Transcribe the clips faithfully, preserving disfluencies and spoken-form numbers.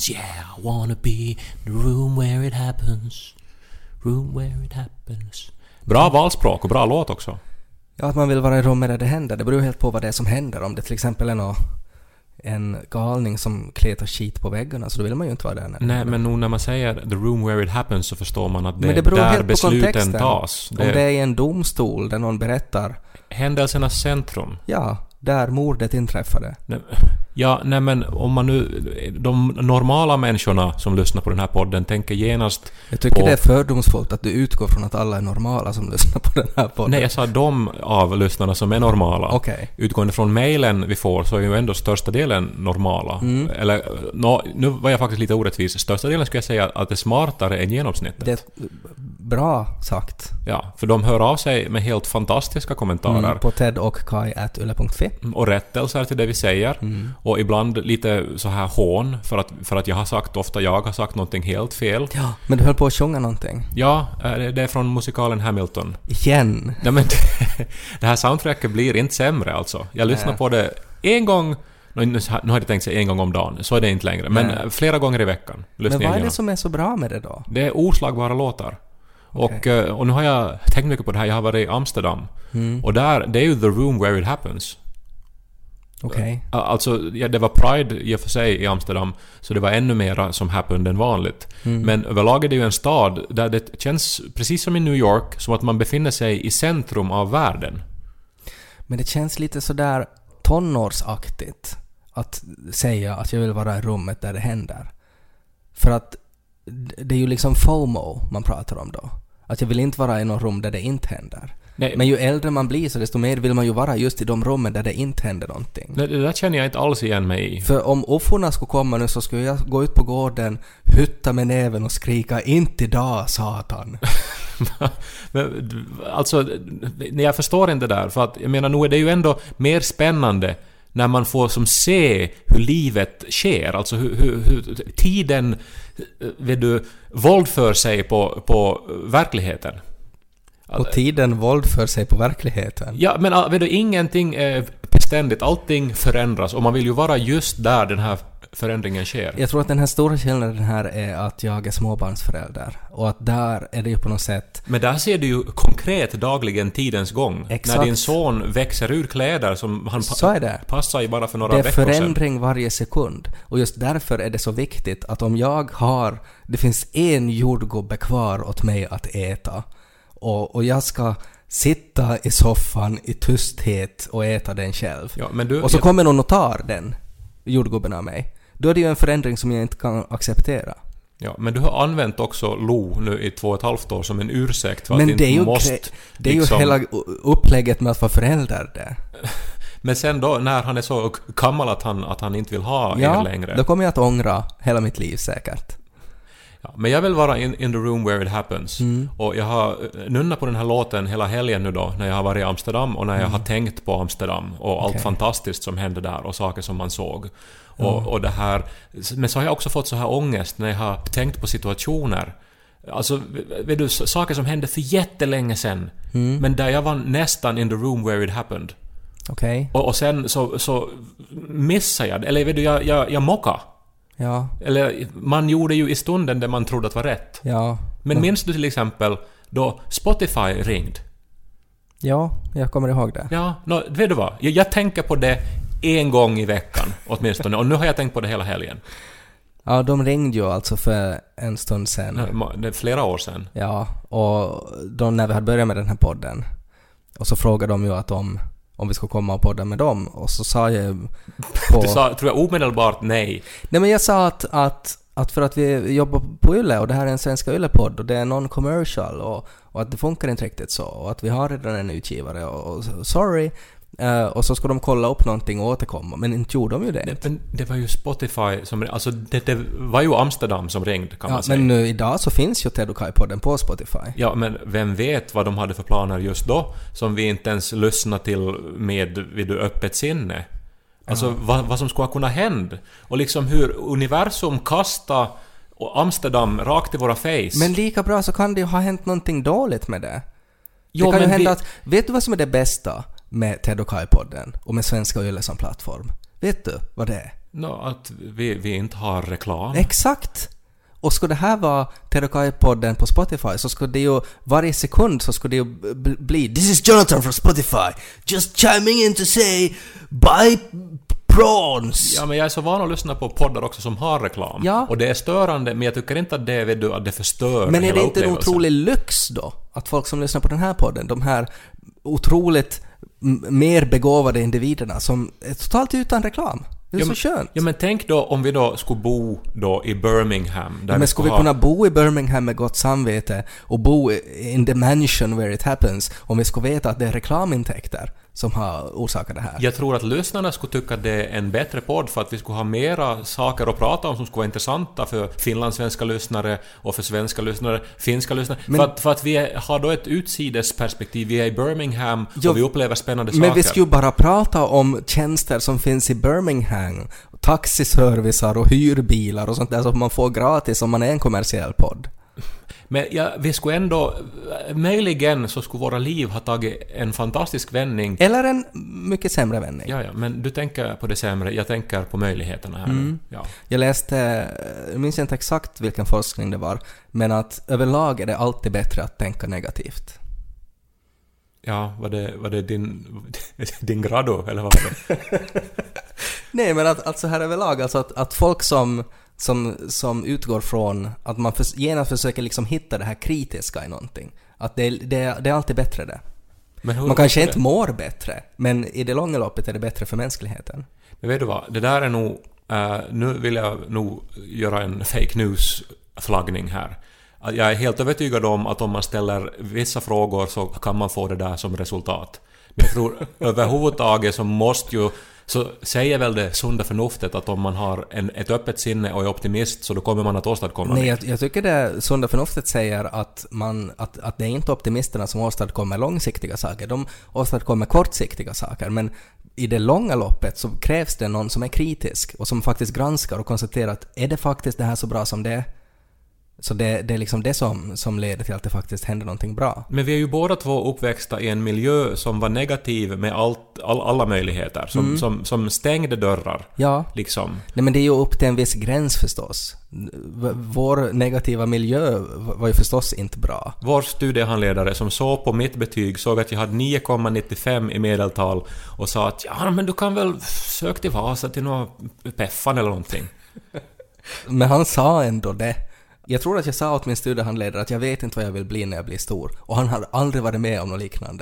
Yeah, I wanna be in the room where it happens. Room where it happens. Bra valspråk och bra låt också. Ja, att man vill vara i rummet där det händer. Det beror helt på vad det är som händer. Om det till exempel är någon, en galning som kletar skit på väggarna, så då vill man ju inte vara där. När Nej, men nog när man säger the room where it happens så förstår man att det, men det beror där helt besluten på kontexten. tas. Det... Om det är i en domstol där någon berättar... Händelsernas centrum. Ja, där mordet inträffade. Nej, ja, nej men om man nu... De normala människorna som lyssnar på den här podden tänker genast... Jag tycker på, det är fördomsfullt att du utgår från att alla är normala som lyssnar på den här podden. Nej, jag sa de av lyssnarna som är normala. Okay. Utgående från mejlen vi får så är ju ändå största delen normala. Mm. Eller, no, nu var jag faktiskt lite orättvis. Största delen skulle jag säga att det är smartare än genomsnittet. Det är bra sagt. Ja, för de hör av sig med helt fantastiska kommentarer. Mm, på ted och kai at yle punkt fi. Och rättelser till det vi säger. Mm. Och ibland lite så här hån för att, för att jag har sagt, ofta jag har sagt någonting helt fel. Ja, men du höll på att sjunga någonting. Ja, det är från musikalen Hamilton. Igen? Nej, men det här soundtracket blir inte sämre alltså. Jag lyssnar på det en gång... Nu, nu har jag tänkt sig en gång om dagen, så är det inte längre. Men Nej. flera gånger i veckan. Men vad är det som är så bra med det då? Det är oslagbara låtar. Okay. Och, och nu har jag tänkt mycket på det här. Jag har varit i Amsterdam. Mm. Och där, det är ju the room where it happens. Okej. Okay. Alltså, ja, det var Pride i och för sig i Amsterdam, så det var ännu mer som happened än vanligt. Mm. Men överlag är det ju en stad där det känns, precis som i New York, som att man befinner sig i centrum av världen. Men det känns lite sådär tonårsaktigt att säga att jag vill vara i rummet där det händer. För att det är ju liksom FOMO man pratar om då. Att jag vill inte vara i någon rum där det inte händer. Nej. Men ju äldre man blir så desto mer vill man ju vara just i de rummen där det inte händer någonting. Det, det där känner jag inte alls igen mig i. För om offorna skulle komma nu så skulle jag gå ut på gården, hutta med näven och skrika inte idag, satan. Men, alltså, jag förstår inte det där. För att, jag menar, nu är det ju ändå mer spännande när man får som se hur livet sker. Alltså hur, hur, hur tiden vet du, våldför sig på, på verkligheten. Och tiden våldför sig på verkligheten. Ja, men vet du, ingenting är beständigt. Allting förändras och man vill ju vara just där den här förändringen sker. Jag tror att den här stora skillnaden här är att jag är småbarnsförälder. Och att där är det ju på något sätt... Men där ser du ju konkret dagligen tidens gång. Exakt. När din son växer ur kläder som han så är det. passar i bara för några veckor sedan. Det är förändring sedan. Varje sekund. Och just därför är det så viktigt att om jag har... Det finns en jordgubbe kvar åt mig att äta. Och, och jag ska sitta i soffan i tysthet och äta den själv. Ja, men du, och så jag... kommer någon och tar den jordgubben av mig. Då är det ju en förändring som jag inte kan acceptera. Ja, men du har använt också Lo nu i två och ett halvt år som en ursäkt för men att det är inte ju måste... Gre- det är liksom... ju hela upplägget med att vara förälder där. Men sen då, när han är så gammal att han, att han inte vill ha ja, er längre. Ja, då kommer jag att ångra hela mitt liv säkert. Ja, men jag vill vara in, in the room where it happens. Mm. Och jag har nunnat på den här låten hela helgen nu då, när jag har varit i Amsterdam och när jag mm. har tänkt på Amsterdam och okay. allt fantastiskt som hände där och saker som man såg. Och, mm. och det här, men så har jag också fått så här ångest när jag har tänkt på situationer. Alltså, vet du, saker som hände för jättelänge sedan. Mm. Men där jag var nästan in the room where it happened. Okay. Och, och sen så, så missade jag, eller vet du, jag, jag, jag mockade. Ja. Eller man gjorde ju i stunden det man trodde att var rätt. Ja. Men mm. minns du till exempel då Spotify ringde? Ja, jag kommer ihåg det. Ja, no, vet du vad? Jag, jag tänker på det en gång i veckan åtminstone. Och nu har jag tänkt på det hela helgen. Ja, de ringde ju alltså för en stund sedan. Ja, det är flera år sedan. Ja, och då när vi hade börjat med den här podden. Och så frågade de ju att de... om vi skulle komma och podda med dem. Och så sa jag... På... Du sa, tror jag, omedelbart nej. Nej, men jag sa att, att, att för att vi jobbar på Yle och det här är en svenska Yle-podd och det är non-commercial och, och att det funkar inte riktigt så. Och att vi har redan en utgivare och, och sorry. Uh, och så ska de kolla upp någonting och återkomma. Men inte gjorde de ju det. det men det var ju Spotify som... Alltså det, det var ju Amsterdam som ringde, kan ja, man säga. Men nu idag så finns ju Ted och Kai-podden på Spotify. Ja, men vem vet vad de hade för planer just då som vi inte ens lyssnade till med vid öppet sinne. Alltså ja. vad, vad som skulle kunna hända. Och liksom hur universum kastar Amsterdam rakt i våra face. Men lika bra så kan det ju ha hänt någonting dåligt med det. Jo, det kan men ju hända vi... att... Vet du vad som är det bästa med Ted och Kai-podden och med svenska Yle som plattform? Vet du vad det är? No, att vi, vi inte har reklam. Exakt! Och skulle det här vara Terrakai-podden på Spotify så skulle det ju varje sekund så skulle det ju bli This is Jonathan from Spotify just chiming in to say buy prawns. Ja, men jag är så van att lyssna på poddar också som har reklam. Ja. Och det är störande, men jag tycker inte att det, vet du, att det förstör Men är hela det inte en upplevelsen. otrolig lyx då? Att folk som lyssnar på den här podden, de här otroligt m- mer begåvade individerna som är totalt utan reklam. Det är Ja, så men, skönt. ja, men tänk då om vi då skulle bo då i Birmingham. Där Men vi skulle vi ha... kunna bo i Birmingham med gott samvete och bo in the mansion where it happens om vi skulle veta att det är reklamintäkter som har orsakat det här? Jag tror att lyssnarna skulle tycka att det är en bättre podd för att vi skulle ha mera saker att prata om som skulle vara intressanta för finlandssvenska lyssnare och för svenska lyssnare, finska lyssnare. Men, för, att, för att vi är, har då ett utsidesperspektiv. Vi är i Birmingham jo, och vi upplever spännande men saker. vi skulle ju bara prata om tjänster som finns i Birmingham. Taxiservicer och hyrbilar och sånt där som man får gratis om man är en kommersiell podd. Men ja, vi skulle ändå, möjligen så skulle våra liv ha tagit en fantastisk vändning. Eller en mycket sämre vändning. Ja, ja, men du tänker på det sämre, jag tänker på möjligheterna här Mm. nu. Ja. Jag läste, jag minns inte exakt vilken forskning det var, men att överlag är det alltid bättre att tänka negativt. Ja, var det, var det din, din grado, eller vad var det? Nej, men att, att så här överlag, alltså att, att folk som, som, som utgår från att man för, genast försöker liksom hitta det här kritiska i någonting. Att det, det, det är alltid bättre det. Men hur, Man kanske det? inte mår bättre, men i det långa loppet är det bättre för mänskligheten. Men vet du vad, det där är nog, uh, nu vill jag nog göra en fake news-flaggning här. Jag är helt övertygad om att om man ställer vissa frågor så kan man få det där som resultat. Men jag tror överhuvudtaget så måste ju, så säger väl det sunda förnuftet att om man har en, ett öppet sinne och är optimist så då kommer man att åstadkomma Nej, det. jag, jag tycker det sunda förnuftet säger att, man, att, att det är inte optimisterna som åstadkommer långsiktiga saker. De åstadkommer kortsiktiga saker, men i det långa loppet så krävs det någon som är kritisk och som faktiskt granskar och konstaterar att är det faktiskt det här så bra som det är? Så det, det är liksom det som, som leder till att det faktiskt händer någonting bra. Men vi är ju båda två uppväxta i en miljö som var negativ med allt, all, alla möjligheter. Som, Mm. som, som stängde dörrar. Ja. Liksom. Nej, men det är ju upp till en viss gräns förstås. V- Vår negativa miljö var ju förstås inte bra. Vår studiehandledare som såg på mitt betyg såg att jag hade nio komma nittiofem i medeltal och sa att ja, men du kan väl söka till Vasa till någon Peffan eller någonting. Men han sa ändå det. Jag tror att jag sa åt min studiehandledare att jag vet inte vad jag vill bli när jag blir stor. Och han har aldrig varit med om något liknande.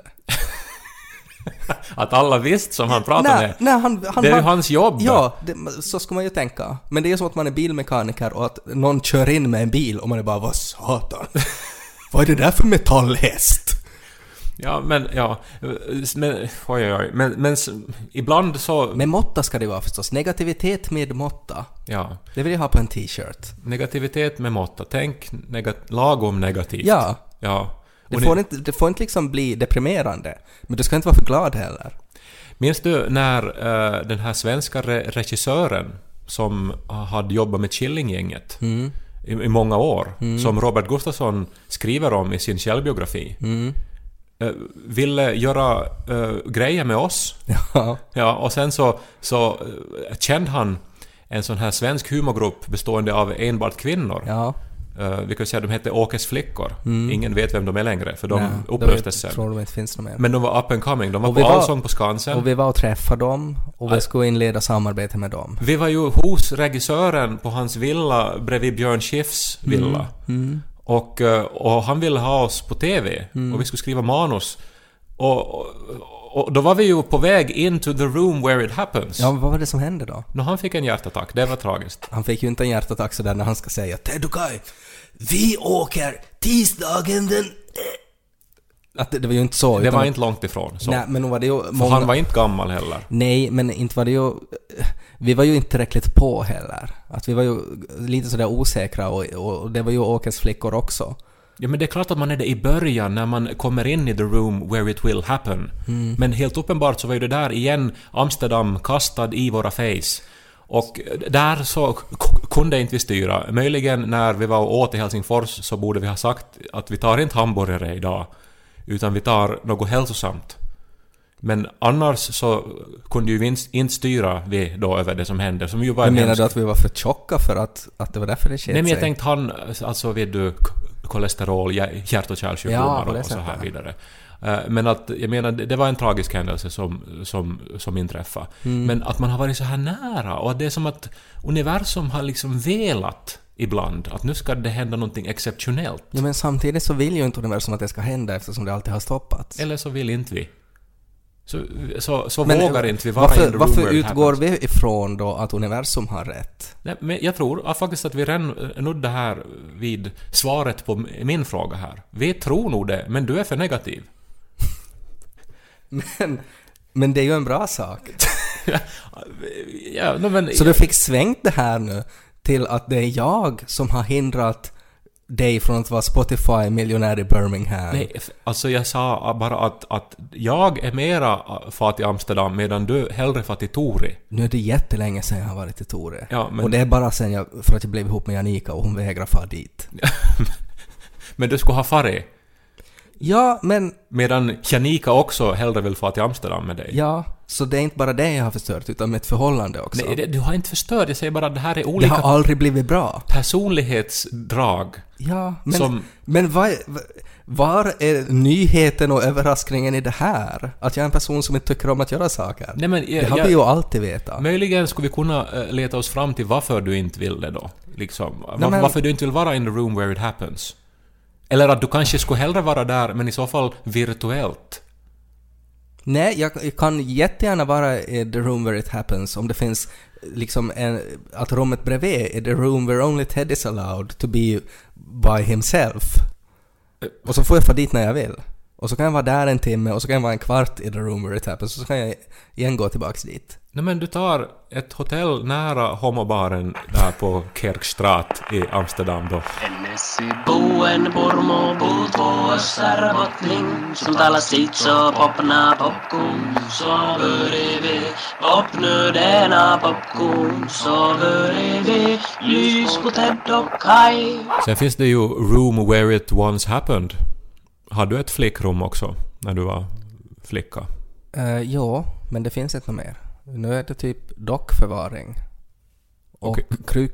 Att alla visst som han pratade Nej, med. nej, han, han, det är ju han, hans jobb. Ja, det, så ska man ju tänka. Men det är som att man är bilmekaniker och att någon kör in med en bil och man är bara, vad satan? Vad är det där för metallhäst? Ja, men ja, men oj oj oj, men men s- ibland så Med måtta ska det vara förstås. Negativitet med måtta. ja, Det vill jag ha på en t-shirt. negativitet med måtta. Tänk negat- lagom negativt. Ja, Ja. det Och får, ni- inte, det får inte liksom bli deprimerande. Men du ska inte vara för glad heller. Minns du när eh, den här svenska re- regissören som hade jobbat med Killinggänget Mm. i, i många år, Mm. som Robert Gustafsson skriver om i sin självbiografi, Mm. eh, ville göra eh, grejer med oss. Ja. Ja, och sen så, så eh, kände han en sån här svensk humorgrupp bestående av enbart kvinnor. Ja. Uh, vi kan säga att de hette Åkes flickor. Mm. Ingen vet vem de är längre, för de Nej, upplöstes då sen. tror de inte finns något mer. Men de var up and coming. De var Och på vi var- Allsång på Skansen. Och vi var och träffade dem och vi Aj. skulle inleda samarbete med dem. Vi var ju hos regissören på hans villa bredvid Björn Schiffs villa. Mm. Och, eh, och han ville ha oss på T V. Mm. Och vi skulle skriva manus. Och, och, och då var vi ju på väg into the room where it happens. Ja, vad var det som hände då? Nå, han fick en hjärtattack. Det var tragiskt. Han fick ju inte en hjärtattack sådär när han ska säga Terrakai, vi åker tisdagen den... Att det, det var ju inte så. Det utan var att- inte långt ifrån. Så. Nej, men nog var det ju För många... han var inte gammal heller. Nej, men inte var det ju... Vi var ju inte tillräckligt på heller. Att vi var ju lite sådär osäkra och, och det var ju Åkes flickor också. Ja, men det är klart att man är det i början när man kommer in i the room where it will happen. Mm. Men helt uppenbart så var ju det där igen Amsterdam kastad i våra face. Och där så k- kunde inte vi styra. Möjligen när vi var och åt i Helsingfors så borde vi ha sagt att vi tar inte hamburgare idag, utan vi tar något hälsosamt. Men annars så kunde ju vi inte styra vi då över det som hände. Som ju var men menar hemsk... du att vi var för tjocka för att, att det var därför det skedde? Nej, men jag tänkte han, alltså vid du kolesterol, hjärt- och kärlsjukdomar ja, och så här vidare. Men att, jag menar, det var en tragisk händelse som, som, som inträffade. Mm. Men att man har varit så här nära och att det är som att universum har liksom velat ibland att nu ska det hända någonting exceptionellt. Ja, men samtidigt så vill ju inte universum att det ska hända eftersom det alltid har stoppats. Eller så vill inte vi. Så, så, så men, vågar inte vi vara varför, in the room varför where it utgår happens. vi ifrån då att universum har rätt? Nej, men jag tror faktiskt att vi redan nuddar här vid svaret på min fråga här. Vi tror nog det, men du är för negativ. men, men det är ju en bra sak. ja, no, men, så du fick svängt det här nu till att det är jag som har hindrat dig från att vara Spotify-miljonär i Birmingham. Nej, alltså jag sa bara att, att jag är mera fat i Amsterdam medan du hellre fat i Tori. Nu är det jättelänge sedan jag har varit i Tore. Ja, men... Och det är bara sen jag, för att jag blev ihop med Janika och hon vägrar fara dit. men du skulle ha farit. Ja, men... Medan Janika också hellre vill få till Amsterdam med dig. Ja, så det är inte bara det jag har förstört utan med ett förhållande också. Nej, det, du har inte förstört. Jag säger bara att det här är olika... Det har aldrig blivit bra. Personlighetsdrag. Ja, men, som... men var, var är nyheten och överraskningen i det här? Att jag är en person som inte tycker om att göra saker. Nej, men jag, det har jag, vi ju alltid veta. Möjligen skulle vi kunna uh, leta oss fram till varför du inte vill det då. Liksom. Nej, Var, men... Varför du inte vill vara in the room where it happens. Eller att du kanske skulle hellre vara där, men i så fall virtuellt. Nej, jag, jag kan jättegärna vara i the room where it happens om det finns liksom en, att rummet bredvid är the room where only Ted is allowed to be by himself. Och så får jag få dit när jag vill. Och så kan jag vara där en timme och så kan jag vara en kvart i the room where it happens och så kan jag igen gå tillbaks dit. Nej, men du tar ett hotell nära homobaren där på Kerkstraat i Amsterdam då. Ennesi buen pormo puutvo össärbottning som talar sitt så popna popcorn så börjar vi popnödena popcorn så börjar vi lys på Ted och Kai. Sen finns det ju room where it once happened. Har du ett flickrum också när du var flicka? Uh, ja, men det finns inte mer. Nu är det typ dockförvaring och okay.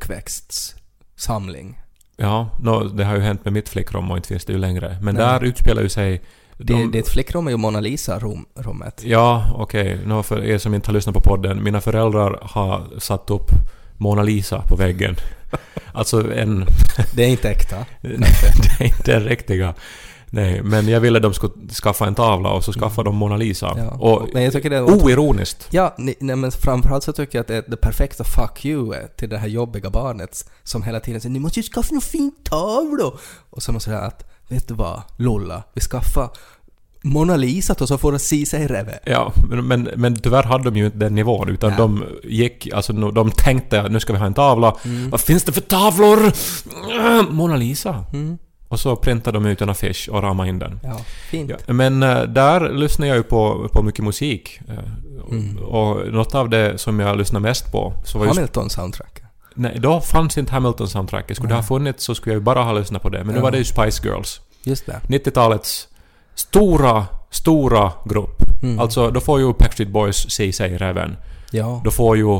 krukväxtsamling. Ja, no, det har ju hänt med mitt flickrum och inte finns det ju längre. Men Nej. Där utspelar ju sig... De... Det, ditt flickrum är ju Mona Lisa-rummet. Ja, okej. Okay. No, för er som inte har lyssnat på podden, mina föräldrar har satt upp Mona Lisa på väggen. Alltså en... Det är inte äkta. Det är inte den riktiga. Nej, men jag ville att de skulle skaffa en tavla och så skaffade de Mona Lisa. Ja. Och men jag tycker det är oironiskt. Ja, nej, men framförallt så tycker jag att det är det perfekta fuck you till det här jobbiga barnet som hela tiden säger ni måste ju skaffa någon fin tavla. Och så måste jag säga att vet du vad, Lolla, vi skaffar Mona Lisa och så får det si sig reve. Ja, men, men, men tyvärr hade de ju inte den nivån utan ja. de gick, alltså de tänkte att nu ska vi ha en tavla. Mm. Vad finns det för tavlor? Mona Lisa. Mm. Och så printade de ut en affisch och ramade in den. Ja, fint. Ja, men uh, där lyssnar jag ju på, på mycket musik. Uh, mm. Och något av det som jag lyssnar mest på... Så var Hamilton-soundtrack. Nej, då fanns inte Hamilton-soundtrack. Skulle det ha funnits så skulle jag ju bara ha lyssnat på det. Men ja. Nu var det ju Spice Girls. Just det. nittiotalets stora, stora grupp. Mm. Alltså, då får ju Backstreet Boys se sig räven. Ja. Då får ju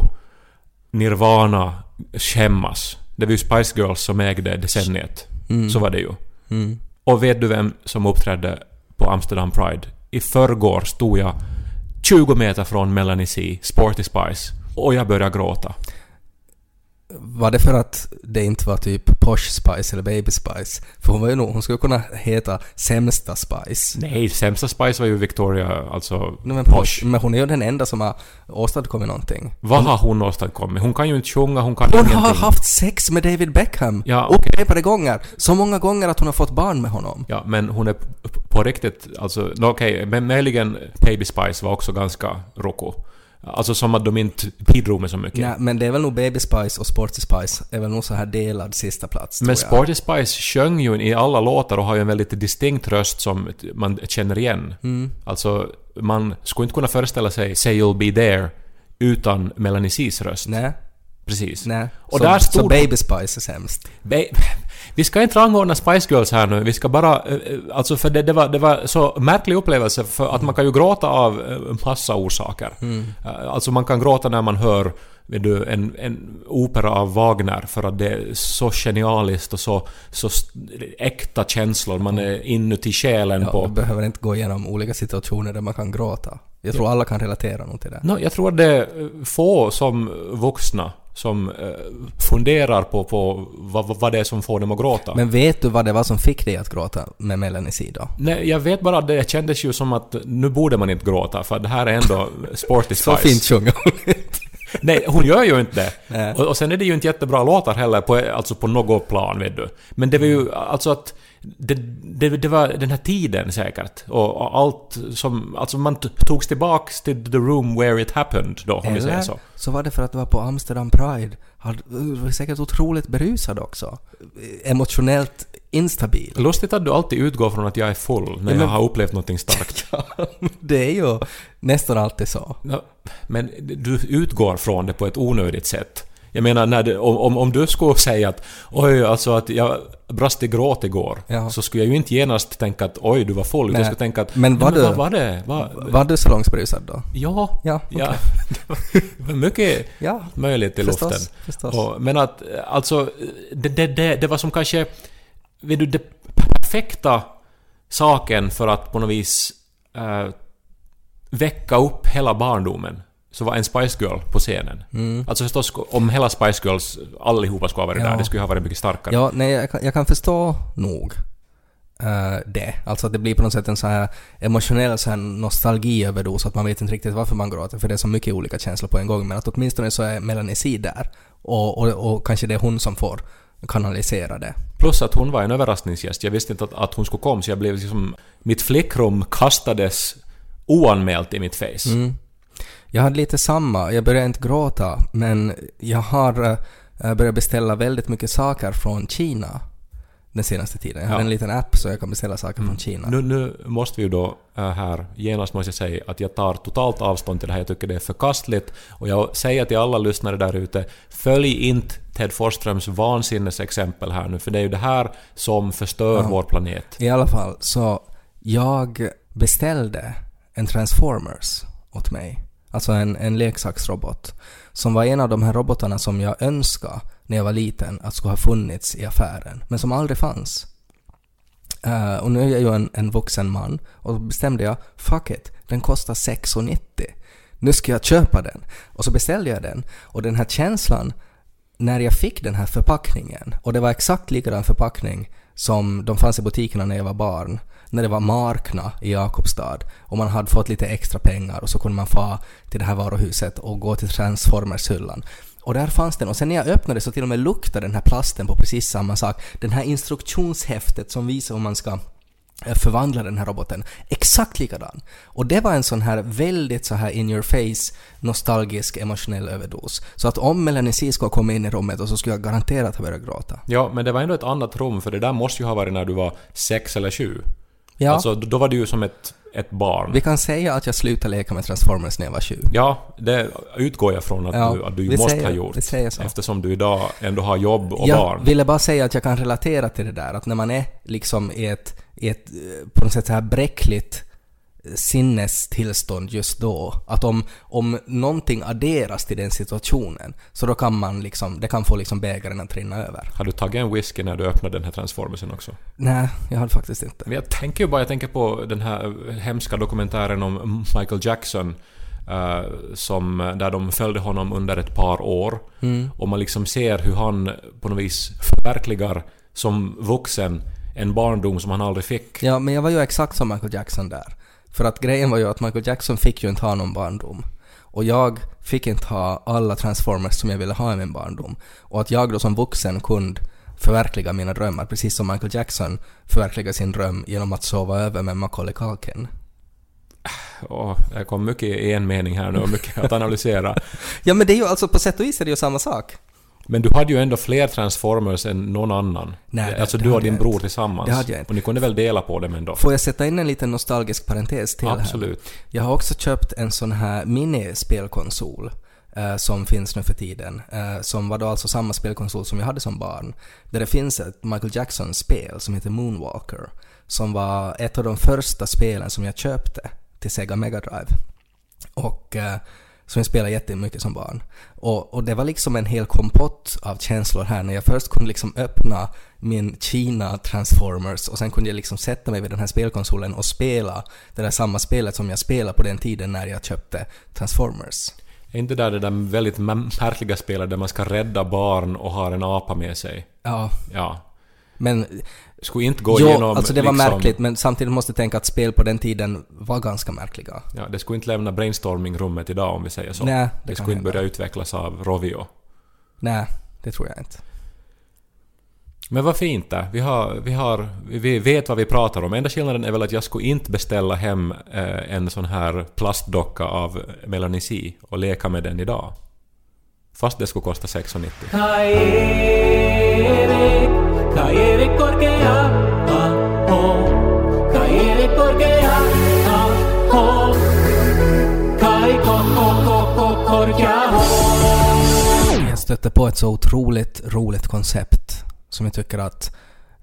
Nirvana skämmas. Det var ju Spice Girls som ägde decenniet. Mm. Så var det ju. Mm. Och vet du vem som uppträdde på Amsterdam Pride? I förrgår stod jag tjugo meter från Melanie C, Sporty Spice, och jag började gråta. Var det för att det inte var typ Posh Spice eller Baby Spice? För hon var ju nog, hon skulle kunna heta Sämsta Spice. Nej, Sämsta Spice var ju Victoria, alltså Nej, men Posh. Men hon är ju den enda som har åstadkommit någonting. Vad hon, har hon åstadkommit? Hon kan ju inte sjunga, hon kan hon ingenting. Hon har haft sex med David Beckham. Ja, okay. Upprepade gånger. Så många gånger att hon har fått barn med honom. Ja, men hon är på riktigt, alltså, okej, okay, men möjligen Baby Spice var också ganska rocko. Alltså som att de inte bidrog med så mycket. Nej, men det är väl nog Baby Spice och Sporty Spice är väl nog så här delad sista plats. Men Sporty Spice sjöng ju i alla låtar och har ju en väldigt distinkt röst som man känner igen. Mm. Alltså, man skulle inte kunna föreställa sig Say You'll Be There utan Melanie C's röst. Nej. Precis. Nej. Och så, där stod så Baby Spice är sämst. Ba- Vi ska inte rangordna Spice Girls här nu, vi ska bara, alltså för det, det, var, det var så märklig upplevelse för att man kan ju gråta av massa orsaker. Mm. Alltså man kan gråta när man hör vet du, en, en opera av Wagner för att det är så genialiskt och så, så äkta känslor, man är inuti själen ja, på. Du behöver inte gå igenom olika situationer där man kan gråta. Jag tror ja. alla kan relatera något till det. No, jag tror att det är få som vuxna som eh, funderar på, på vad, vad det är som får dem att gråta. Men vet du vad det var som fick dig att gråta med Melanie C då? Nej, jag vet bara att det kändes ju som att nu borde man inte gråta för det här är ändå Sporty Spice. Så fint sjunger hon. Nej, hon gör ju inte det. Och, och sen är det ju inte jättebra låtar heller på, alltså på något plan, vet du. Men det var ju alltså att det, det, det var den här tiden säkert. Och, och allt som, alltså man togs tillbaks till the room where it happened då, om vi säger så. Så var det för att det var på Amsterdam Pride. Du var säkert otroligt berusad också. Emotionellt instabil. Lustigt att du alltid utgår från att jag är full när ja, men, jag har upplevt något starkt. Ja, det är ju nästan alltid så. Ja, men du utgår från det på ett onödigt sätt. Jag menar, när det, om, om du skulle säga att oj, alltså att jag brast i gråt igår, ja. så skulle jag ju inte genast tänka att oj, du var full. Nej. Jag skulle tänka att men var, men, du, vad var det? Var, var du salongsberusad då? Ja, ja, okay. ja. Det var mycket ja, möjligt i förstås, luften. Förstås. Och, men att alltså det, det, det, det var som kanske vet du, det perfekta saken för att på något vis äh, väcka upp hela barndomen. Så var en Spice Girl på scenen. Mm. Alltså förstås, om hela Spice Girls allihopa skulle ha varit ja. där, det skulle ha varit mycket starkare. Ja, nej, jag kan, jag kan förstå nog uh, det. Alltså att det blir på något sätt en så här emotionell så här nostalgiöverdos, att man vet inte riktigt varför man gråter, för det är så mycket olika känslor på en gång. Men att åtminstone så är Melanie C där. Och, och, och kanske det är hon som får kanalisera det. Plus att hon var en överraskningsgäst. Jag visste inte att, att hon skulle komma, så jag blev liksom, mitt flickrum kastades oanmält i mitt face. Mm. Jag hade lite samma. Jag började inte gråta, men jag har äh, börjat beställa väldigt mycket saker från Kina den senaste tiden. Jag har ja. en liten app så jag kan beställa saker mm. från Kina. Nu, nu måste vi ju då äh, här genast måste jag säga att jag tar totalt avstånd till det här. Jag tycker det är förkastligt. Och jag säger till alla lyssnare där ute, följ inte Ted Forsströms vansinnesexempel här nu. För det är ju det här som förstör ja. vår planet. I alla fall, så jag beställde en Transformers åt mig. Alltså en, en leksaksrobot. Som var en av de här robotarna som jag önskade när jag var liten att skulle ha funnits i affären. Men som aldrig fanns. Uh, och nu är jag ju en, en vuxen man. Och då bestämde jag, fuck it, den kostar sex nittio. Nu ska jag köpa den. Och så beställde jag den. Och den här känslan när jag fick den här förpackningen. Och det var exakt likadan förpackning som de fanns i butikerna när jag var barn. När det var markna i Jakobstad och man hade fått lite extra pengar och så kunde man få till det här varuhuset och gå till Transformers-hyllan. Och där fanns den. Och sen när jag öppnade så till och med luktade den här plasten på precis samma sak. Den här instruktionshäftet som visar hur man ska förvandla den här roboten. Exakt likadan. Och det var en sån här väldigt så här in your face nostalgisk emotionell överdos. Så att om Melanie C ska komma in i rummet och så skulle jag garanterat ha börjat gråta. Ja, men det var ändå ett annat rum, för det där måste ju ha varit när du var sex eller sju. Ja. Alltså då var du ju som ett, ett barn. Vi kan säga att jag slutade leka med Transformers när jag var tjugo. Ja, det utgår jag från att ja, du, att du måste säger, ha gjort. Så. Eftersom du idag ändå har jobb och jag barn. Jag ville bara säga att jag kan relatera till det där. Att när man är liksom i ett, i ett på något sätt så här bräckligt sinnestillstånd just då, att om, om någonting adderas till den situationen, så då kan man liksom, det kan få liksom bägaren att rinna över. Har du tagit en whisky när du öppnade den här Transformersen också? Nej, jag hade faktiskt inte. Men jag tänker ju bara, jag tänker på den här hemska dokumentären om Michael Jackson, uh, som, där de följde honom under ett par år. Mm. Och man liksom ser hur han på något vis förverkligar som vuxen en barndom som han aldrig fick. Ja, men jag var ju exakt som Michael Jackson där. För att grejen var ju att Michael Jackson fick ju inte ha någon barndom. Och jag fick inte ha alla Transformers som jag ville ha i min barndom. Och att jag då som vuxen kunde förverkliga mina drömmar, precis som Michael Jackson förverkliga sin dröm genom att sova över med Macaulay Culkin. Oh, det kom mycket i en mening här nu och mycket att analysera. Ja, men det är ju alltså på sätt och vis är det ju samma sak. Men du hade ju ändå fler Transformers än någon annan. Nej, alltså du och din bror tillsammans. Det hade jag inte. Och ni kunde väl dela på dem ändå. Får jag sätta in en liten nostalgisk parentes till? Absolut. Här? Jag har också köpt en sån här minispelkonsol uh, som finns nu för tiden, uh, som var då alltså samma spelkonsol som jag hade som barn, där det finns ett Michael Jackson-spel som heter Moonwalker, som var ett av de första spelen som jag köpte till Sega Mega Drive. Och uh, som jag spelade jättemycket som barn. Och, och det var liksom en hel kompott av känslor här när jag först kunde liksom öppna min Kina Transformers och sen kunde jag liksom sätta mig vid den här spelkonsolen och spela det där samma spelet som jag spelade på den tiden när jag köpte Transformers. Är inte där det där väldigt märkliga spelet där man ska rädda barn och har en apa med sig? Ja. Ja. Men skulle inte gå jo, igenom alltså det var liksom, märkligt, men samtidigt måste jag tänka att spel på den tiden var ganska märkliga. Ja, det skulle inte lämna brainstormingrummet idag om vi säger så. Nej, det, det skulle inte hända. börja utvecklas av Rovio. Nej, det tror jag inte. Men vad fint det. Vi, har, vi, har, vi vet vad vi pratar om. Enda skillnaden är väl att jag skulle inte beställa hem eh, en sån här plastdocka av Melanie C och leka med den idag. Fast det skulle kosta sex kronor nittio. Kairi korkea, ho, kairi korkea, ho, kai koko korkea, ho. Jag stötte på ett så otroligt roligt koncept som jag tycker att,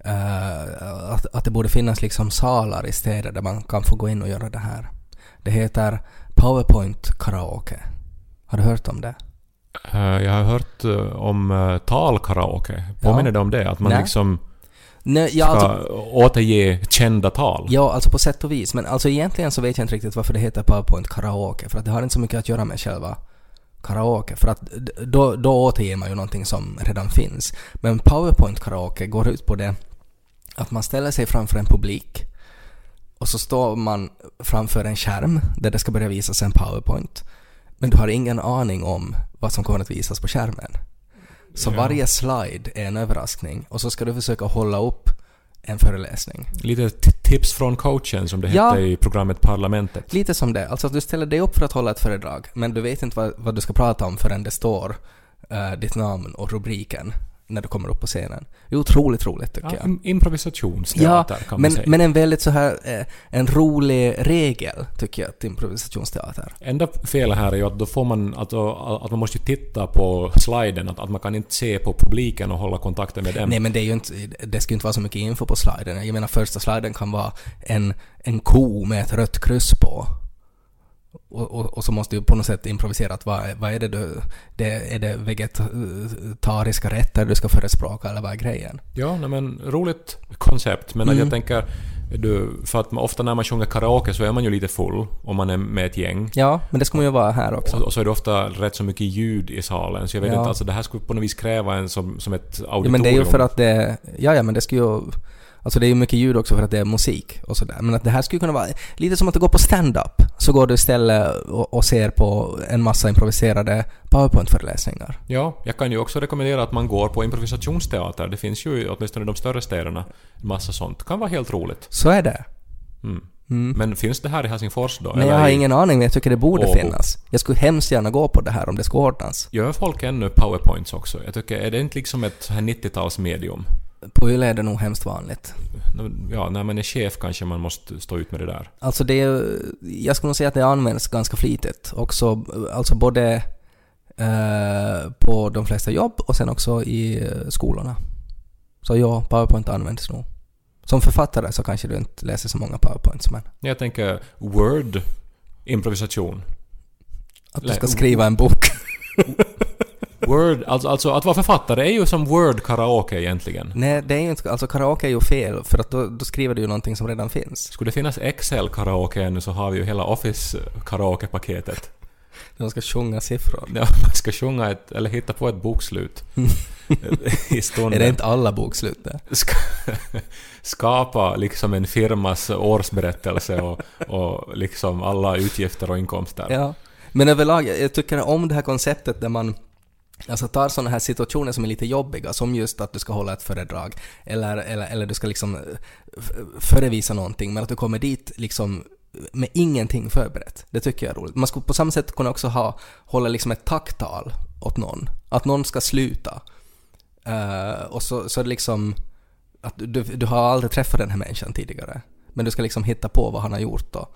uh, att, att det borde finnas liksom salar i städer där man kan få gå in och göra det här. Det heter PowerPoint Karaoke. Har du hört om det? Jag har hört om talkaraoke. Påminner Ja. det om det? Att man Nej. liksom Nej, ja, ska alltså, återge kända tal? ja, alltså på sätt och vis. Men alltså egentligen så vet jag inte riktigt varför det heter PowerPoint Karaoke. För att det har inte så mycket att göra med själva karaoke. För att då, då återger man ju någonting som redan finns. Men PowerPoint Karaoke går ut på det att man ställer sig framför en publik och så står man framför en skärm där det ska börja visas en PowerPoint. Men du har ingen aning om vad som kommer att visas på skärmen. Så Ja. varje slide är en överraskning och så ska du försöka hålla upp en föreläsning. Lite t- tips från coachen som det Ja. hette i programmet Parlamentet. Lite som det. Alltså att du ställer dig upp för att hålla ett föredrag men du vet inte vad, vad du ska prata om förrän det står uh, ditt namn och rubriken när du kommer upp på scenen. Det är otroligt roligt tycker Ja, jag. im- improvisationsteater Ja, kan men, man säga. men en väldigt så här eh, en rolig regel tycker jag till improvisationsteater. Enda felet här är ju att då får man att, att man måste ju titta på sliden, att, att man kan inte se på publiken och hålla kontakten med dem. Nej, men det är ju inte, det ska ju inte vara så mycket info på sliden. Jag menar första sliden kan vara en, en ko med ett rött kryss på. Och, och, och så måste du på något sätt improvisera att vad, vad är det du, det, är det vegetariska rätter du ska förespråka eller vad är grejen? Ja, nej, men roligt koncept, men Mm. att jag tänker du, för att man, ofta när man sjunger karaoke så är man ju lite full om man är med ett gäng. Ja, men det ska man ju vara här också. Och, och så är det ofta rätt så mycket ljud i salen, så jag vet Ja. inte, alltså det här skulle på något vis kräva en som, som ett auditorium. Ja, men det är ju för att det, ja, ja, men det ska ju, alltså det är ju mycket ljud också för att det är musik och sådär. Men att det här skulle kunna vara lite som att du går på stand-up. Så går du istället och, och ser på en massa improviserade PowerPoint-föreläsningar. Ja, jag kan ju också rekommendera att man går på improvisationsteater. Det finns ju åtminstone i de större städerna en massa sånt. Det kan vara helt roligt. Så är det. Mm. Mm. Men finns det här i Helsingfors då? Nej, Eller jag har i- ingen aning, men jag tycker det borde Åbo? finnas. Jag skulle hemskt gärna gå på det här om det ska ordnas. Gör folk ännu PowerPoints också? Jag tycker, är det inte liksom ett här nittiotalsmedium? På Yle är det nog hemskt vanligt. Ja, när man är chef kanske man måste stå ut med det där. Alltså det är, jag skulle nog säga att det används ganska flitigt. Också, alltså både eh, på de flesta jobb och sen också i eh, skolorna. Så ja, PowerPoint används nog. Som författare så kanske du inte läser så många PowerPoints, men Jag tänker Word improvisation. att du Nej, ska skriva en bok. Word, alltså, alltså att vara författare är ju som Word karaoke egentligen. Nej, det är ju inte, alltså karaoke är ju fel, för att då, då skriver du ju någonting som redan finns. Skulle det finnas Excel karaoke ännu så har vi ju hela Office karaoke-paketet. De ska sjunga siffror. Ja, man ska sjunga ett, eller hitta på ett bokslut i stunden. Är det inte alla bokslut där? Ska, skapa liksom en firmas årsberättelse och, och liksom alla utgifter och inkomster. Ja. Men överlag, jag tycker om det här konceptet där man alltså tar sådana här situationer som är lite jobbiga, som just att du ska hålla ett föredrag eller, eller, eller du ska liksom f- förevisa någonting, men att du kommer dit liksom med ingenting förberett. Det tycker jag är roligt. Man skulle på samma sätt kunna också ha, hålla liksom ett tacktal åt någon. Att någon ska sluta. Uh, och så, så är det liksom att du, du har aldrig träffat den här människan tidigare. Men du ska liksom hitta på vad han har gjort då.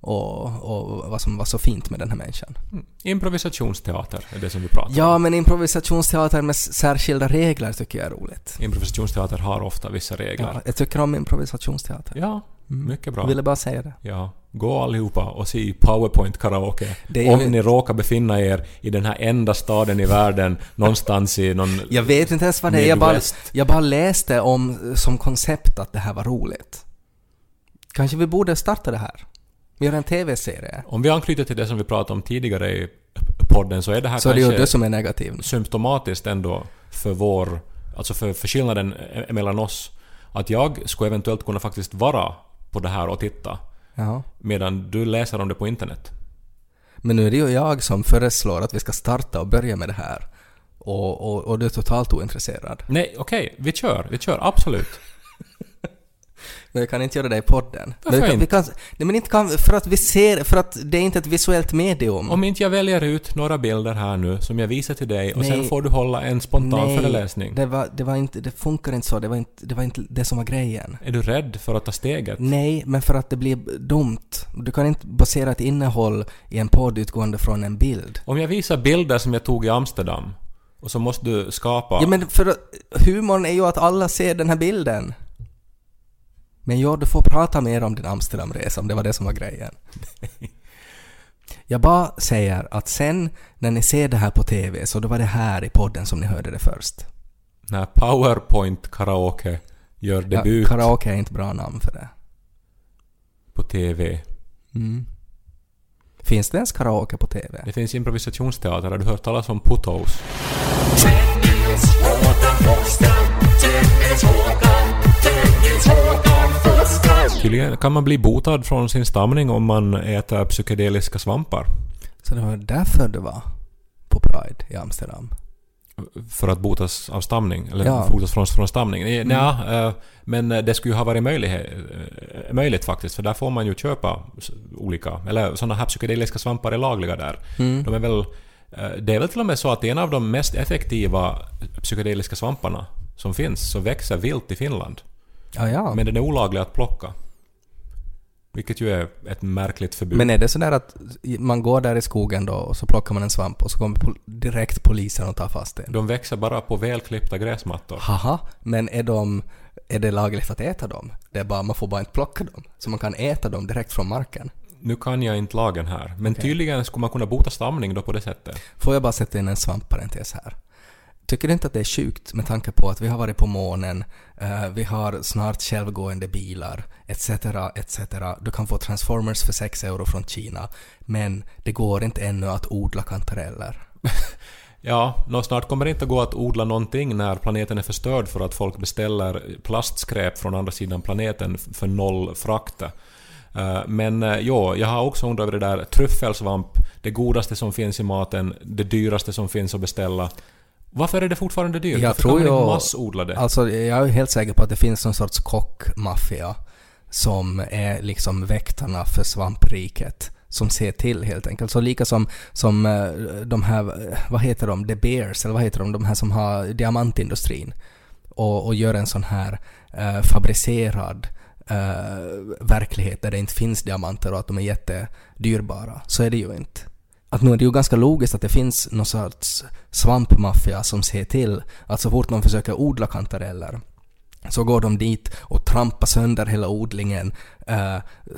och, och vad som var så fint med den här människan. Mm. Improvisationsteater är det som vi pratar om. Ja, men improvisationsteater med särskilda regler tycker jag är roligt. Improvisationsteater har ofta vissa regler. Ja, jag tycker om improvisationsteater. Ja, mm. mycket bra. Jag ville bara säga det. Ja, gå allihopa och se PowerPoint karaoke. Det om ju... ni råkar befinna er i den här enda staden i världen, någonstans i någon... Jag vet inte ens vad det är. Jag bara, jag bara läste om som koncept att det här var roligt. Kanske vi borde starta det här. Vi gör en tv-serie. Om vi anknyter till det som vi pratade om tidigare i podden så är det här så kanske det är ju det som är negativt. Symptomatiskt ändå för vår, alltså för, för skillnaden mellan oss. Att jag skulle eventuellt kunna faktiskt vara på det här och titta. Jaha. Medan du läser om det på internet. Men nu är det ju jag som föreslår att vi ska starta och börja med det här. Och, och, och du är totalt ointresserad. Nej, okej. Okay. Vi kör. Vi kör. Absolut. Men vi kan inte göra det i podden. Varför men vi kan, inte? vi kan, nej, men inte kan, för att vi ser, för att det är inte ett visuellt medium. Om inte jag väljer ut några bilder här nu som jag visar till dig och nej, sen får du hålla en spontan nej, föreläsning. det var, det var inte, det funkar inte så. Det var inte, det var inte det som var grejen. Är du rädd för att ta steget? Nej, men för att det blir dumt. Du kan inte basera ett innehåll i en podd utgående från en bild. Om jag visar bilder som jag tog i Amsterdam och så måste du skapa... Ja, men för humorn är ju att alla ser den här bilden. Men ja, du får prata mer om din Amsterdamresa, om det var det som var grejen. Jag bara säger att sen när ni ser det här på tv så då var det här i podden som ni hörde det först. När PowerPoint karaoke gör debut... Ja, karaoke är inte bra namn för det. På tv. Mm. Finns det ens karaoke på tv? Det finns improvisationsteater. Har du hört talas om Putos? Tydligen kan man bli botad från sin stamning om man äter psykedeliska svampar. Så det var därför du var på Pride i Amsterdam? För att botas av stamning? Eller ja. botas från, från stamning? Mm. Ja, men det skulle ju ha varit möjligt, möjligt faktiskt. För där får man ju köpa olika... Eller sådana här psykedeliska svampar är lagliga där. Mm. De är väl... Det är väl till och med så att en av de mest effektiva psykedeliska svamparna som finns så växer vilt i Finland. Ja, ja. Men den är olaglig att plocka. Vilket ju är ett märkligt förbud. Men är det så där att man går där i skogen då och så plockar man en svamp och så kommer direkt polisen och tar fast det? De växer bara på välklippta gräsmattor. Haha, men är de är det lagligt att äta dem? Det är bara, man får bara inte plocka dem. Så man kan äta dem direkt från marken. Nu kan jag inte lagen här. Men okay. Tydligen skulle man kunna bota stamning då på det sättet. Får jag bara sätta in en svampparentes här? Tycker du inte att det är sjukt med tanke på att vi har varit på månen, uh, vi har snart självgående bilar, et cetera, et cetera. Du kan få Transformers för sex euro från Kina, men det går inte ännu att odla kantareller. Ja, nå, snart kommer det inte gå att odla någonting när planeten är förstörd för att folk beställer plastskräp från andra sidan planeten för noll frakt. Men jo, jag har också undrat över det där tryffelsvamp, det godaste som finns i maten, det dyraste som finns att beställa. Varför är det fortfarande dyrt? Jag Varför tror kan man jag, inte massodla det? Alltså, jag är helt säker på att det finns någon sorts kockmaffia som är liksom väktarna för svampriket, som ser till helt enkelt. Så lika som, som de här, vad heter de, The Bears, eller vad heter de, de här som har diamantindustrin och, och gör en sån här eh, fabricerad eh, verklighet där det inte finns diamanter och att de är jättedyrbara. Så är det ju inte. Att nu är det ju ganska logiskt att det finns någon sorts svampmaffia som ser till att så fort man försöker odla kantareller så går de dit och trampar sönder hela odlingen, äh,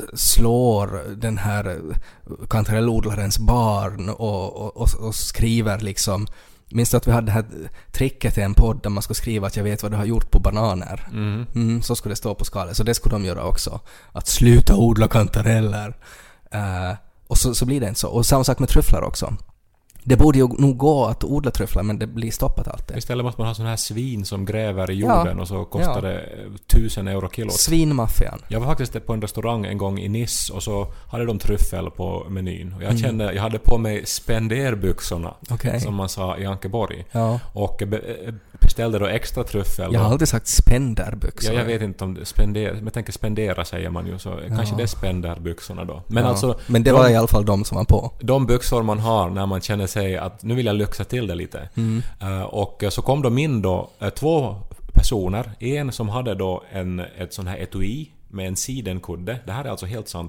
slår den här kantarellodlarens barn och, och, och, och skriver liksom... Minns du att vi hade det här tricket i en podd där man skulle skriva att jag vet vad du har gjort på bananer? Mm. Mm, så skulle det stå på skalet. Så det skulle de göra också. Att sluta odla kantareller. Äh, och så, så blir det inte så. Och samma sak med tryfflar också. Det borde ju nog gå att odla tryfflar, men det blir stoppat alltid. Istället måste man ha sån här svin som gräver i jorden, ja, och så kostar ja. det tusen euro kilot. Svinmaffian. Jag var faktiskt på en restaurang en gång i Nice och så hade de tryffel på menyn. Och jag mm. kände, jag hade på mig spenderbyxorna, okay, som man sa i Ankeborg. Ja. Och be- beställde då extra tryffel. Jag har alltid sagt spenderbyxor. Ja, jag vet inte om det spender, men jag tänker spendera säger man ju, så ja. Kanske det är spenderbyxorna då. Men, ja. alltså, men det var de, i alla fall de som var på. De byxor man har när man känner sig att nu vill jag lyxa till det lite. Mm. Uh, och så kom de in då uh, två personer. En som hade då en, ett sån här etui med en sidenkudde. Det här är alltså helt sant.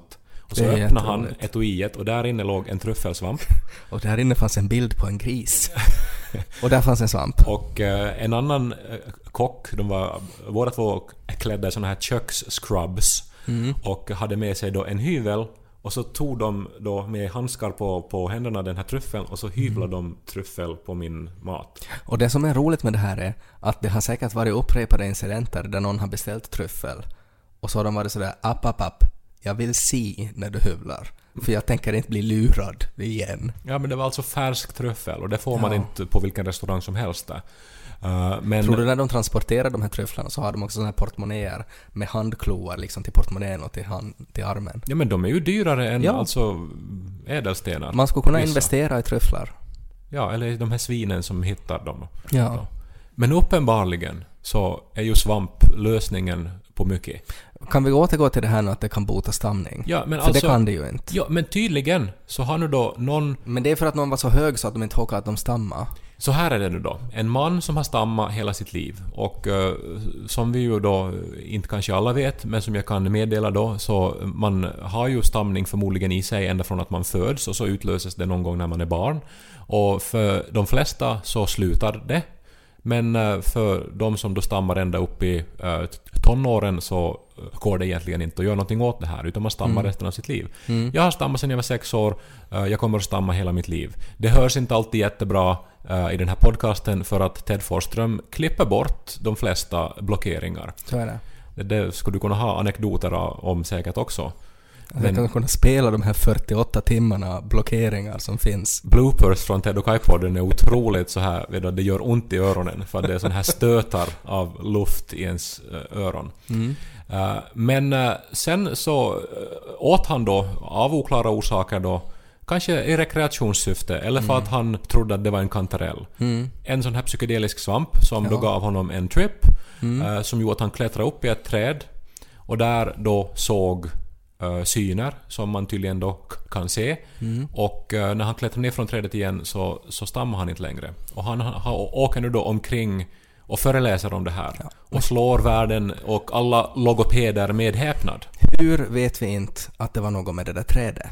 Och så öppnade han etuiet och där inne låg en tryffelsvamp. Och där inne fanns en bild på en gris. Och där fanns en svamp. Och eh, en annan eh, kock, de var båda två klädda i såna här köksscrubs mm. och hade med sig då en hyvel. Och så tog de då med handskar på, på händerna den här tryffeln och så hyvlade mm. de tryffel på min mat. Och det som är roligt med det här är att det har säkert varit upprepade incidenter där någon har beställt tryffel. Och så har de varit sådär, app, app, app, jag vill se när du hyvlar. För jag tänker inte bli lurad igen. Ja, men det var alltså färsk tryffel och det får man ja. inte på vilken restaurang som helst där. Uh, men... Tror du när de transporterar de här tryfflarna så har de också såna här portmonnäer med handkloar liksom till portmonnän och till, hand, till armen? Ja, men de är ju dyrare än ja. alltså ädelstenar. Man skulle kunna vissa. investera i tryfflar. Ja, eller de här svinen som hittar dem. Ja. Men uppenbarligen så är ju svamp lösningen på mycket. Kan vi återgå till det här nu att det kan bota stamning? Ja, men för alltså, det kan det ju inte. Ja, men tydligen så har nu då någon... Men det är för att någon var så hög så att de inte ihåg att de stammar. Så här är det nu då. En man som har stammat hela sitt liv och uh, som vi ju då inte kanske alla vet, men som jag kan meddela då, så man har ju stamning förmodligen i sig ända från att man föds och så utlöses det någon gång när man är barn. Och för de flesta så slutar det. Men uh, för de som då stammar ända upp i uh, tonåren så går det egentligen inte att göra någonting åt det här utan man stammar mm. resten av sitt liv. Mm. Jag har stammat sedan jag var sex år. Uh, jag kommer att stamma hela mitt liv. Det hörs inte alltid jättebra uh, i den här podcasten för att Ted Forsström klipper bort de flesta blockeringar. Så är det. Det, det skulle du kunna ha anekdoter om säkert också. Men, jag kan kunna spela de här fyrtioåtta timmarna blockeringar som finns. Bloopers från Ted och Kai-podden är otroligt så här, vet du, det gör ont i öronen för att det är sån här stötar av luft i ens öron. Mm. Uh, men uh, sen så uh, åt han då av oklara orsaker då kanske i rekreationssyfte eller för mm. att han trodde att det var en kantarell. Mm. En sån här psykedelisk svamp som ja. då gav honom en trip mm. uh, som gjorde att han klättrade upp i ett träd och där då såg uh, syner som man tydligen då kan se. Mm. Och uh, när han klättrar ner från trädet igen så, så stammar han inte längre. Och han, han, han åker nu då omkring och föreläser om det här. Ja. Och slår världen och alla logopeder med häpnad. Hur vet vi inte att det var något med det där trädet?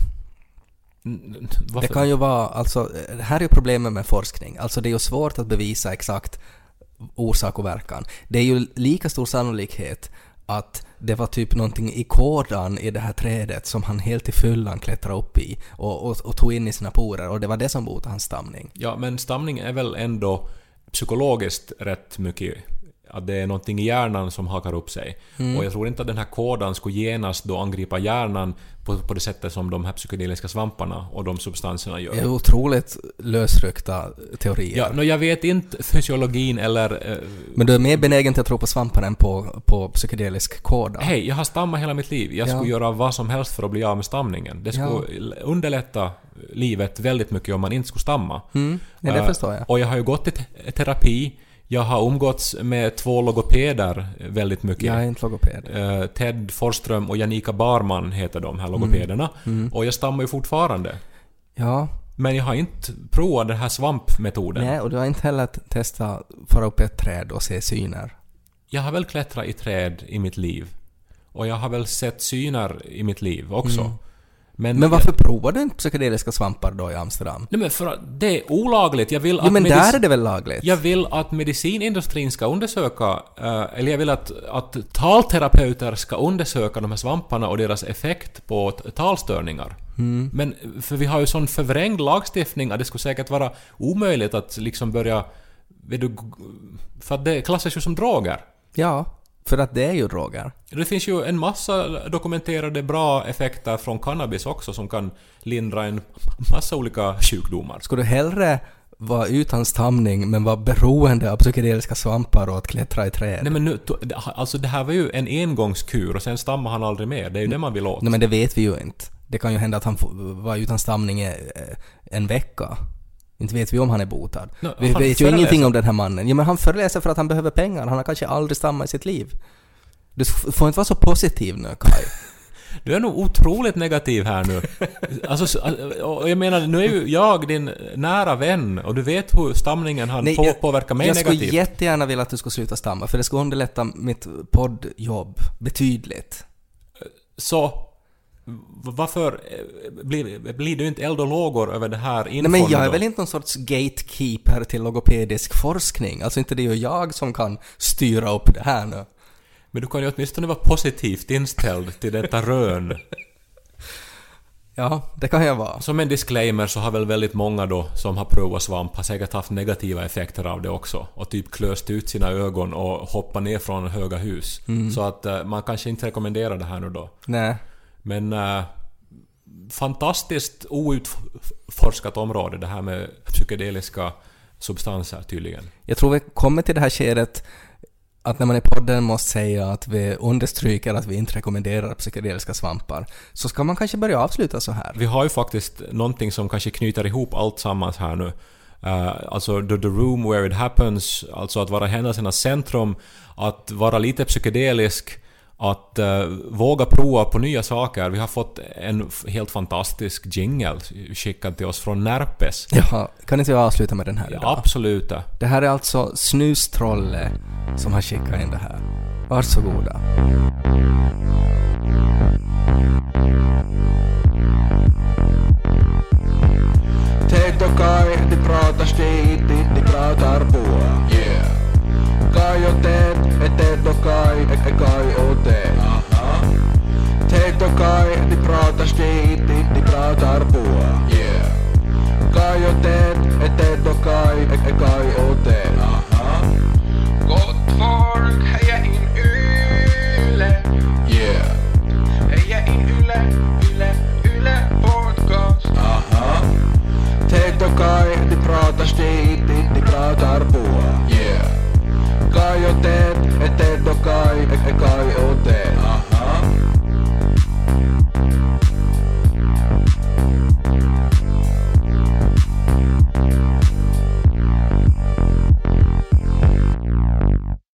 Varför? Det kan ju vara, alltså, det här är ju problemet med forskning. Alltså det är ju svårt att bevisa exakt orsak och verkan. Det är ju lika stor sannolikhet att det var typ någonting i kodan i det här trädet som han helt i fyllan klättrade upp i och, och, och tog in i sina porer och det var det som botade hans stamning. Ja, men stamning är väl ändå psykologiskt rätt mycket att det är någonting i hjärnan som hakar upp sig. Mm. Och jag tror inte att den här kodan skulle genast då angripa hjärnan på, på det sättet som de här psykedeliska svamparna och de substanserna gör. Det är otroligt lösryckta teorier. Ja, no, jag vet inte fysiologin eller... Eh, Men du är mer benägen till att tro på svamparna än på, på psykedelisk koda. Hej, jag har stammat hela mitt liv. Jag ja. skulle göra vad som helst för att bli av med stamningen. Det skulle ja. underlätta livet väldigt mycket om man inte skulle stamma. Mm. Ja, det förstår jag. Uh, och jag har ju gått i te- terapi. Jag har umgåtts med två logopeder väldigt mycket. Jag är inte logoped. Uh, Ted Forsström och Janika Barman heter de här logopederna. Mm. Mm. Och jag stammar ju fortfarande. Ja. Men jag har inte provat den här svampmetoden. Nej, och du har inte heller testat fara upp i ett träd och se syner. Jag har väl klättrat i träd i mitt liv. Och jag har väl sett syner i mitt liv också. Mm. Men, men varför jag, provar du inte psykedeliska svampar då i Amsterdam? Nej, men för att det är olagligt. Jag vill jo, att men medic- där är det väl lagligt? Jag vill att medicinindustrin ska undersöka, uh, eller jag vill att, att talterapeuter ska undersöka de här svamparna och deras effekt på t- talstörningar. Mm. Men för vi har ju sån förvrängd lagstiftning att det skulle säkert vara omöjligt att liksom börja... Vet du, för att det klassas ju som droger. Ja. För att det är ju droger. Det finns ju en massa dokumenterade bra effekter från cannabis också som kan lindra en massa olika sjukdomar. Ska du hellre vara utan stamning men vara beroende av psykedeliska svampar och att klättra i träd? Nej, men nu, alltså det här var ju en engångskur och sen stammar han aldrig mer. Det är ju det man vill åt. Nej, men det vet vi ju inte. Det kan ju hända att han var utan stamning en vecka. Inte vet vi om han är botad. No, vi vet ju ingenting om den här mannen. Ja, men han föreläser för att han behöver pengar. Han har kanske aldrig stammat i sitt liv. Du får inte vara så positiv nu, Kai. Du är nog otroligt negativ här nu. Alltså, jag menar, nu är ju jag din nära vän och du vet hur stamningen har Nej, på, jag, påverkar mig jag negativt. Jag skulle jättegärna vilja att du skulle sluta stamma för det skulle underlätta mitt poddjobb betydligt. Så Varför blir, blir du inte eld och lågor över det här infon? Nej, men jag är då? väl inte någon sorts gatekeeper till logopedisk forskning. Alltså inte det är ju jag som kan styra upp det här nu. Men du kan ju åtminstone vara positivt inställd till detta rön. Ja, det kan jag vara. Som en disclaimer så har väl väldigt många då som har provat svamp har säkert haft negativa effekter av det också. Och typ klöst ut sina ögon och hoppat ner från höga hus. Mm. Så att uh, man kanske inte rekommenderar det här nu då. Nej. Men uh, fantastiskt outforskat område det här med psykedeliska substanser tydligen. Jag tror vi kommer till det här skedet att när man i podden måste säga att vi understryker att vi inte rekommenderar psykedeliska svampar, så ska man kanske börja avsluta så här. Vi har ju faktiskt någonting som kanske knyter ihop allt sammans här nu. Uh, alltså the, the room where it happens, alltså att vara händelsernas centrum, att vara lite psykedelisk, att uh, våga prova på nya saker. Vi har fått en helt fantastisk jingle skickad till oss från Närpes. Ja, kan inte jag avsluta med den här idag? Ja, absolut. Det här är alltså Snustrolle som har skickat in det här. Varsågoda. Teet och Kai, de pratar skit, de pratar boa. Yeah. Kai och Ted, är Ted och Kai, är Kai och Ted. Teet och Kai, de pratar skit, de pratar boa. Yeah. Kai och Ted, är Ted och Kai, är Kai och Ted. Gott folk, heja in Yle. Yeah. Heja in Yle, Yle, Yle podcast. Aha. Ted och Kai, de pratar skit, de pratar boa. Yeah. Kai och Ted, är Ted och Kai,